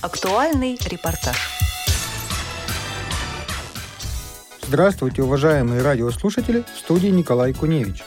Актуальный репортаж. Здравствуйте, уважаемые радиослушатели, в студии Николай Куневич.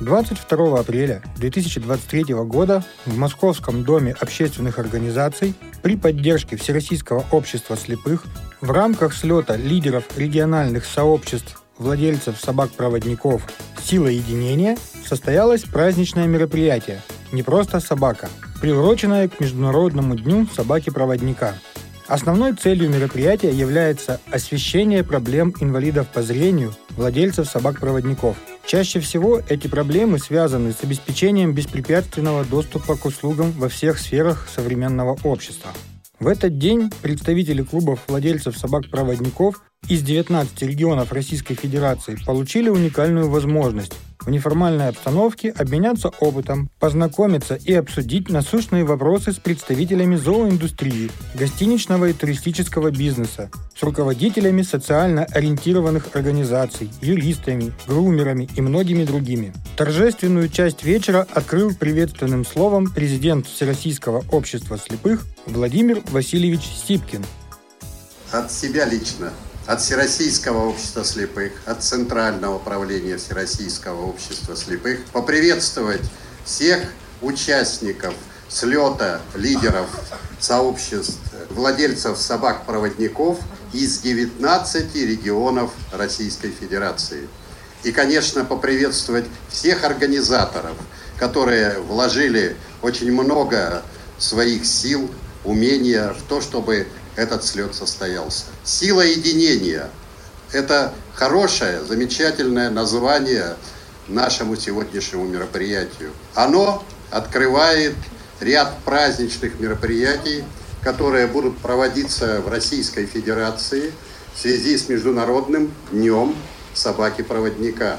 22 апреля 2023 года в Московском доме общественных организаций при поддержке Всероссийского общества слепых в рамках слета лидеров региональных сообществ владельцев собак-проводников «Сила единения» состоялось праздничное мероприятие «Не просто собака», приуроченное к Международному дню собаки-проводника. Основной целью мероприятия является освещение проблем инвалидов по зрению, владельцев собак-проводников. Чаще всего эти проблемы связаны с обеспечением беспрепятственного доступа к услугам во всех сферах современного общества. В этот день представители клубов владельцев собак-проводников из 19 регионов Российской Федерации получили уникальную возможность в неформальной обстановке обменяться опытом, познакомиться и обсудить насущные вопросы с представителями зооиндустрии, гостиничного и туристического бизнеса, с руководителями социально ориентированных организаций, юристами, грумерами и многими другими. Торжественную часть вечера открыл приветственным словом президент Всероссийского общества слепых Владимир Васильевич Сипкин. От себя лично, от Всероссийского общества слепых, от Центрального управления Всероссийского общества слепых поприветствовать всех участников слета лидеров сообществ владельцев собак-проводников из 19 регионов Российской Федерации. И, конечно, поприветствовать всех организаторов, которые вложили очень много своих сил, умения в то, чтобы этот слет состоялся. «Сила единения» – это хорошее, замечательное название нашему сегодняшнему мероприятию. Оно открывает ряд праздничных мероприятий, которые будут проводиться в Российской Федерации в связи с Международным днем собаки-проводника.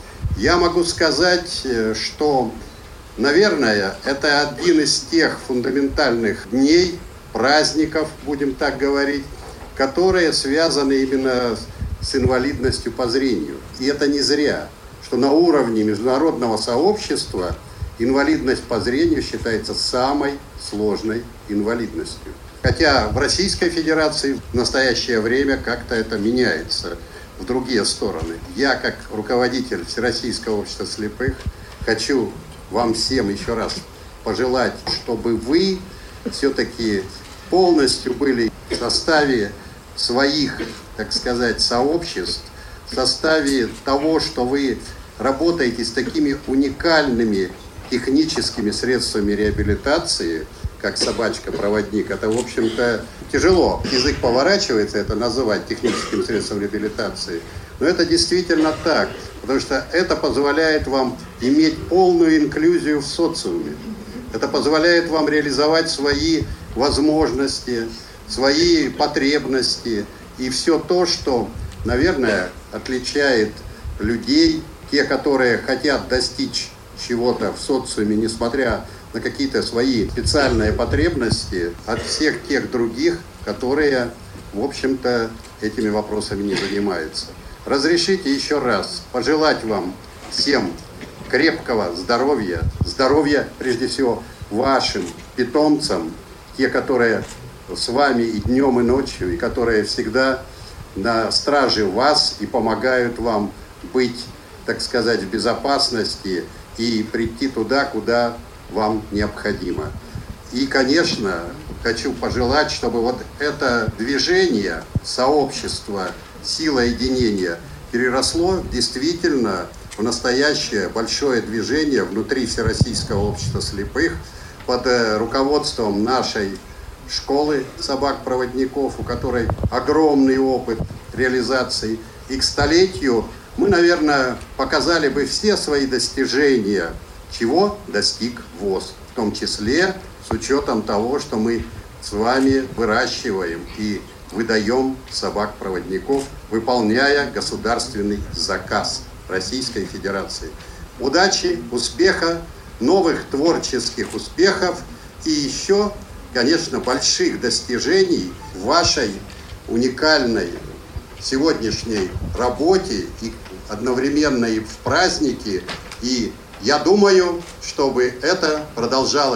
Я могу сказать, что, наверное, это один из тех фундаментальных дней, праздников, будем так говорить, которые связаны именно с инвалидностью по зрению. И это не зря, что на уровне международного сообщества инвалидность по зрению считается самой сложной инвалидностью. Хотя в Российской Федерации в настоящее время как-то это меняется в другие стороны. Я, как руководитель Всероссийского общества слепых, хочу вам всем еще раз пожелать, чтобы вы все-таки полностью были в составе своих, так сказать, сообществ, в составе того, что вы работаете с такими уникальными техническими средствами реабилитации, как собачка-проводник. Это, в общем-то, тяжело. Язык поворачивается это называть техническим средством реабилитации. Но это действительно так, потому что это позволяет вам иметь полную инклюзию в социуме. Это позволяет вам реализовать свои возможности, свои потребности и все то, что, наверное, отличает людей, те, которые хотят достичь чего-то в социуме, несмотря на какие-то свои специальные потребности, от всех тех других, которые, в общем-то, этими вопросами не занимаются. Разрешите еще раз пожелать вам всем крепкого здоровья, здоровья прежде всего вашим питомцам, те, которые с вами и днем, и ночью, и которые всегда на страже вас и помогают вам быть, так сказать, в безопасности и прийти туда, куда вам необходимо. И, конечно, хочу пожелать, чтобы вот это движение, сообщество, сила единения переросло действительно в настоящее большое движение внутри Всероссийского общества слепых под руководством нашей школы собак-проводников, у которой огромный опыт реализации. И к столетию мы, наверное, показали бы все свои достижения, чего достиг ВОС, в том числе с учетом того, что мы с вами выращиваем и выдаем собак-проводников, выполняя государственный заказ Российской Федерации. Удачи, успеха, новых творческих успехов и еще, конечно, больших достижений в вашей уникальной сегодняшней работе и одновременно и в празднике. И я думаю, чтобы это продолжалось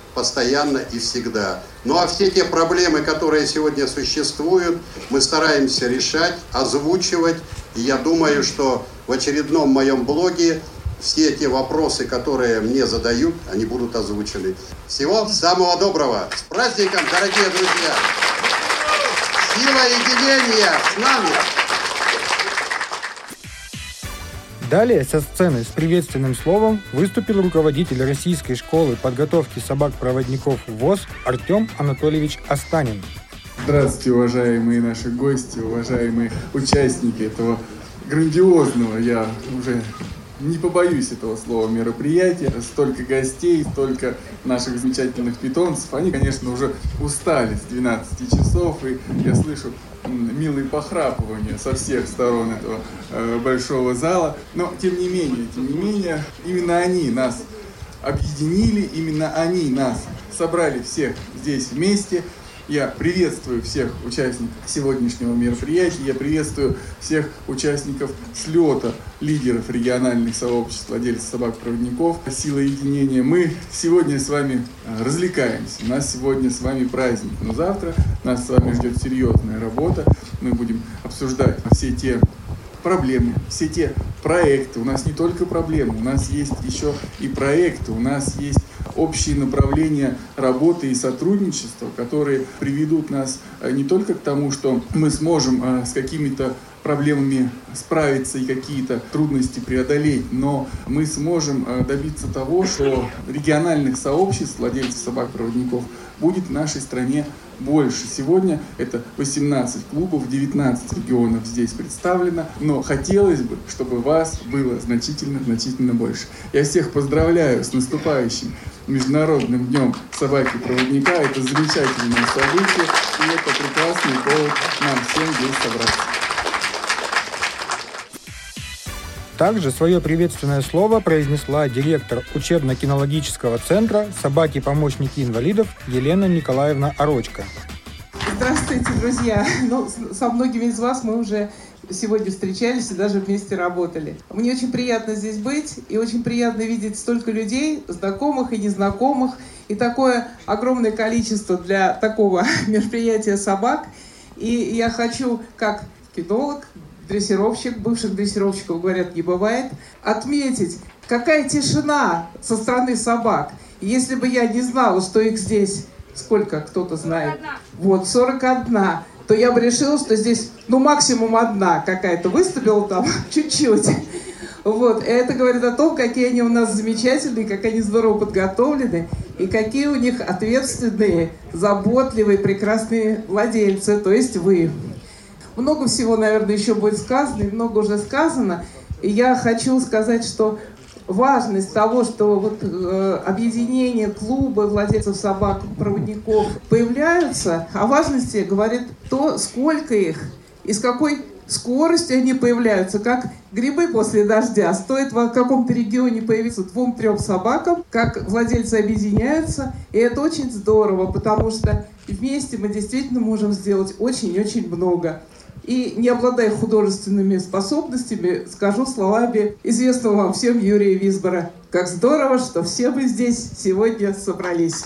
постоянно и всегда. Ну а все те проблемы, которые сегодня существуют, мы стараемся решать, озвучивать. И я думаю, что в очередном моем блоге все те вопросы, которые мне задают, они будут озвучены. Всего самого доброго! С праздником, дорогие друзья! Сила единения с нами! Далее со сцены с приветственным словом выступил руководитель Российской школы подготовки собак-проводников ВОС Артем Анатольевич Останин. Здравствуйте, уважаемые наши гости, уважаемые участники этого грандиозного, я уже не побоюсь этого слова, мероприятия. Столько гостей, столько наших замечательных питомцев. Они, конечно, уже устали с 12 часов, и я слышу милые похрапывания со всех сторон этого большого зала. Но, тем не менее, именно они нас объединили, именно они нас собрали всех здесь вместе. Я приветствую всех участников сегодняшнего мероприятия, я приветствую всех участников слета лидеров региональных сообществ владельцев собак-проводников «Сила единения». Мы сегодня с вами развлекаемся, у нас сегодня с вами праздник, но завтра нас с вами ждет серьезная работа. Мы будем обсуждать все те проблемы, все те проекты. У нас не только проблемы, у нас есть еще и проекты, у нас есть общие направления работы и сотрудничества, которые приведут нас не только к тому, что мы сможем с какими-то проблемами справиться и какие-то трудности преодолеть, но мы сможем добиться того, что региональных сообществ владельцев собак-проводников будет в нашей стране больше. Сегодня это 18 клубов, 19 регионов здесь представлено, но хотелось бы, чтобы вас было значительно больше. Я всех поздравляю с наступающим Международным днем собаки-проводника. Это замечательное событие, и это прекрасный повод нам всем здесь собраться. Также свое приветственное слово произнесла директор учебно-кинологического центра «Собаки-помощники инвалидов» Елена Николаевна Орочко. Здравствуйте, друзья! Со многими из вас мы уже сегодня встречались и даже вместе работали. Мне очень приятно здесь быть, и очень приятно видеть столько людей, знакомых и незнакомых, и такое огромное количество для такого мероприятия собак. И я хочу, как кинолог, дрессировщик, бывших дрессировщиков, говорят, не бывает, отметить, какая тишина со стороны собак. Если бы я не знала, что их здесь, сколько кто-то знает, 41, то я бы решила, что здесь, максимум одна какая-то выступила там, чуть-чуть. И это говорит о том, какие они у нас замечательные, как они здорово подготовлены, и какие у них ответственные, заботливые, прекрасные владельцы, то есть вы. Много всего, наверное, еще будет сказано, и много уже сказано. И я хочу сказать, что важность того, что объединение, клубы владельцев собак-проводников появляются, о важности говорит то, сколько их и с какой скоростью они появляются, как грибы после дождя. Стоит в каком-то регионе появиться 2-3 собакам, как владельцы объединяются, и это очень здорово, потому что вместе мы действительно можем сделать очень-очень много. И не обладая художественными способностями, скажу словами известного вам всем Юрия Висбора: как здорово, что все мы здесь сегодня собрались.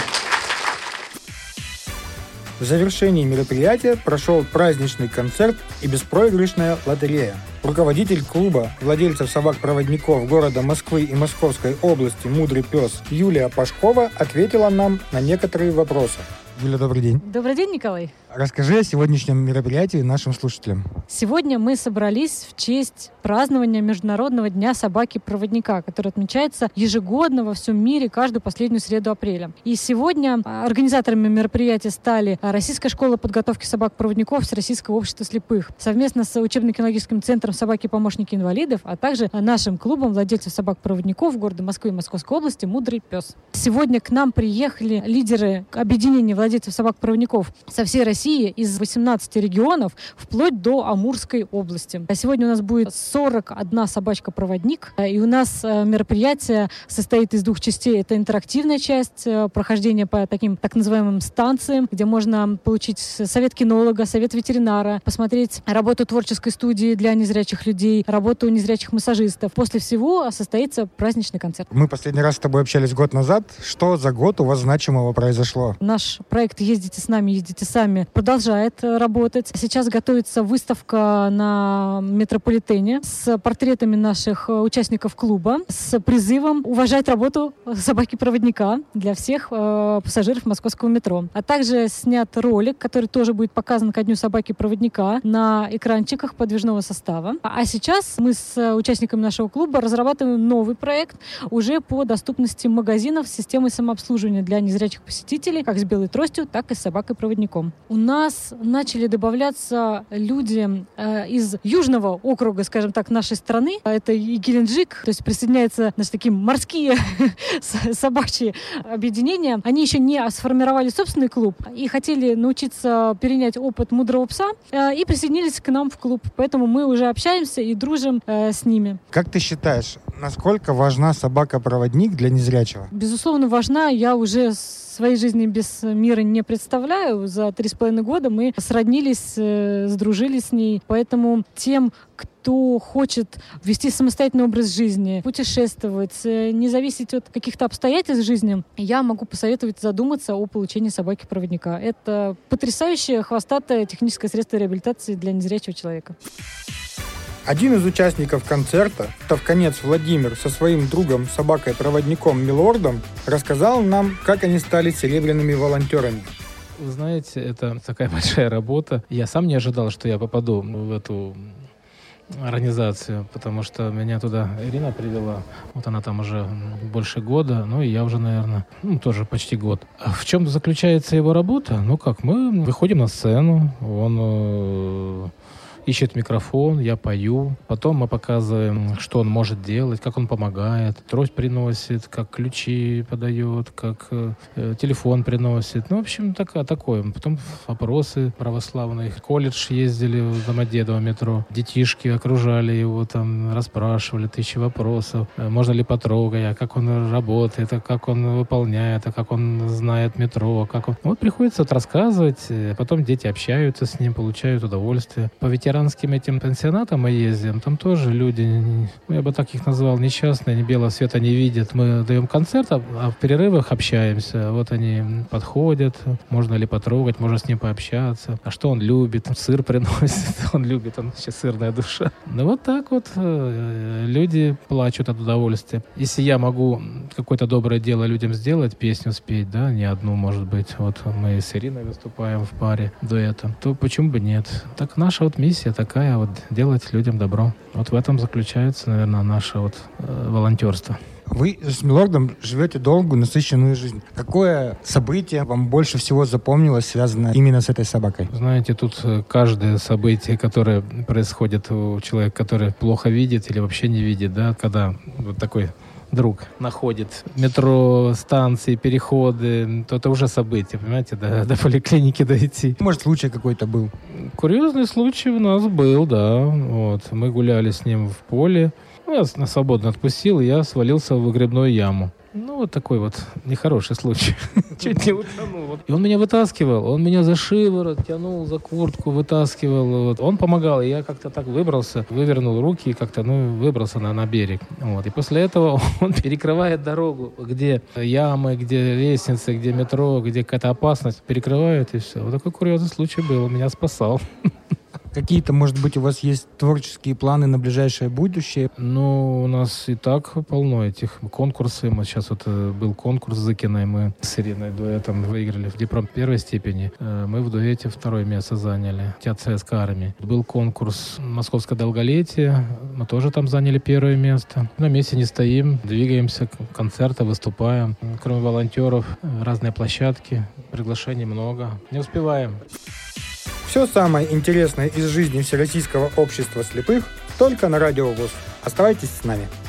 В завершении мероприятия прошел праздничный концерт и беспроигрышная лотерея. Руководитель клуба владельцев собак-проводников города Москвы и Московской области «Мудрый пес» Юлия Пашкова ответила нам на некоторые вопросы. Юля, добрый день. Добрый день, Николай. Расскажи о сегодняшнем мероприятии нашим слушателям. Сегодня мы собрались в честь празднования Международного дня собаки-проводника, который отмечается ежегодно во всем мире каждую последнюю среду апреля. И сегодня организаторами мероприятия стали Российская школа подготовки собак-проводников Всероссийского общества слепых совместно с учебно-кинологическим центром «Собаки-помощники инвалидов», а также нашим клубом владельцев собак-проводников города Москвы и Московской области «Мудрый пес». Сегодня к нам приехали лидеры объединения владельцев владельцев собак-проводников со всей России, из 18 регионов, вплоть до Амурской области. А сегодня у нас будет 41 собачка-проводник, и у нас мероприятие состоит из 2 частей. Это интерактивная часть, прохождение по таким так называемым станциям, где можно получить совет кинолога, совет ветеринара, посмотреть работу творческой студии для незрячих людей, работу незрячих массажистов. После всего состоится праздничный концерт. Мы последний раз с тобой общались год назад. Что за год у вас значимого произошло? Наш проект «Ездите с нами, ездите сами» продолжает работать. Сейчас готовится выставка на Метрополитене с портретами наших участников клуба, с призывом уважать работу собаки-проводника для всех пассажиров московского метро. А также снят ролик, который тоже будет показан ко дню собаки-проводника на экранчиках подвижного состава. А сейчас мы с участниками нашего клуба разрабатываем новый проект уже по доступности магазинов с системой самообслуживания для незрячих посетителей, как с белой тростью, так и с собакой-проводником. У нас начали добавляться люди из южного округа, скажем так, нашей страны. Это и Геленджик, то есть присоединяются такие морские собачьи объединения. Они еще не сформировали собственный клуб и хотели научиться перенять опыт мудрого пса и присоединились к нам в клуб. Поэтому мы уже общаемся и дружим с ними. Как ты считаешь, насколько важна собака-проводник для незрячего? Безусловно, важна. Я уже своей жизни без мира не представляю. За 3,5 года мы сроднились, сдружились с ней. Поэтому тем, кто хочет вести самостоятельный образ жизни, путешествовать, не зависеть от каких-то обстоятельств жизни, я могу посоветовать задуматься о получении собаки-проводника. Это потрясающее хвостатое техническое средство реабилитации для незрячего человека. Один из участников концерта, товконец Владимир, со своим другом, собакой-проводником Милордом, рассказал нам, как они стали серебряными волонтерами. Вы знаете, это такая большая работа. Я сам не ожидал, что я попаду в эту организацию, потому что меня туда Ирина привела. Вот она там уже больше года, ну и я уже, наверное, тоже почти год. А в чем заключается его работа? Мы выходим на сцену, он ищет микрофон, я пою. Потом мы показываем, что он может делать, как он помогает. Трость приносит, как ключи подает, как телефон приносит. В общем, такое. Потом вопросы православные. В колледж ездили в Домодедово метро. Детишки окружали его, там расспрашивали 1000 вопросов. Можно ли потрогать, как он работает, как он выполняет, как он знает метро. Приходится рассказывать. Потом дети общаются с ним, получают удовольствие. По ветеранским этим пенсионатам мы ездим, там тоже люди, я бы так их назвал, несчастные, они белого света не видят. Мы даем концерт, а в перерывах общаемся. Вот они подходят, можно ли потрогать, можно с ним пообщаться. А что он любит? Сыр приносит, он любит, он сейчас сырная душа. Люди плачут от удовольствия. Если я могу какое-то доброе дело людям сделать, песню спеть, да, не одну, может быть, мы с Ириной выступаем в паре дуэтом, то почему бы нет? Так наша миссия такая, делать людям добро. В этом заключается, наверное, наше волонтерство. Вы с Милордом живете долгую, насыщенную жизнь. Какое событие вам больше всего запомнилось, связанное именно с этой собакой? Знаете, тут каждое событие, которое происходит у человека, который плохо видит или вообще не видит, да, когда такой друг находит метро, станции, переходы, то это уже событие, понимаете, до поликлиники дойти. Может, случай какой-то был? Курьезный случай у нас был, да. Мы гуляли с ним в поле. Я нас свободно отпустил, и я свалился в выгребную яму. Такой нехороший случай. Чуть не утонул. И он меня вытаскивал, он меня за шиворот тянул, за куртку вытаскивал. Он помогал, и я как-то так выбрался, вывернул руки и как-то, выбрался на берег. И после этого он перекрывает дорогу, где ямы, где лестницы, где метро, где какая-то опасность, перекрывает, и все. Такой курьезный случай был, он меня спасал. Какие-то, может быть, у вас есть творческие планы на ближайшее будущее? У нас и так полно этих конкурсов. Сейчас был конкурс с Зыкиной, мы с Ириной дуэтом выиграли в диплом 1 степени. Мы в дуэте 2 место заняли. Театр Советской Армии. Был конкурс «Московское долголетие». Мы тоже там заняли 1 место. На месте не стоим, двигаемся, концерты, выступаем. Кроме волонтеров, разные площадки, приглашений много. Не успеваем. Все самое интересное из жизни Всероссийского общества слепых только на Радио ВОС. Оставайтесь с нами.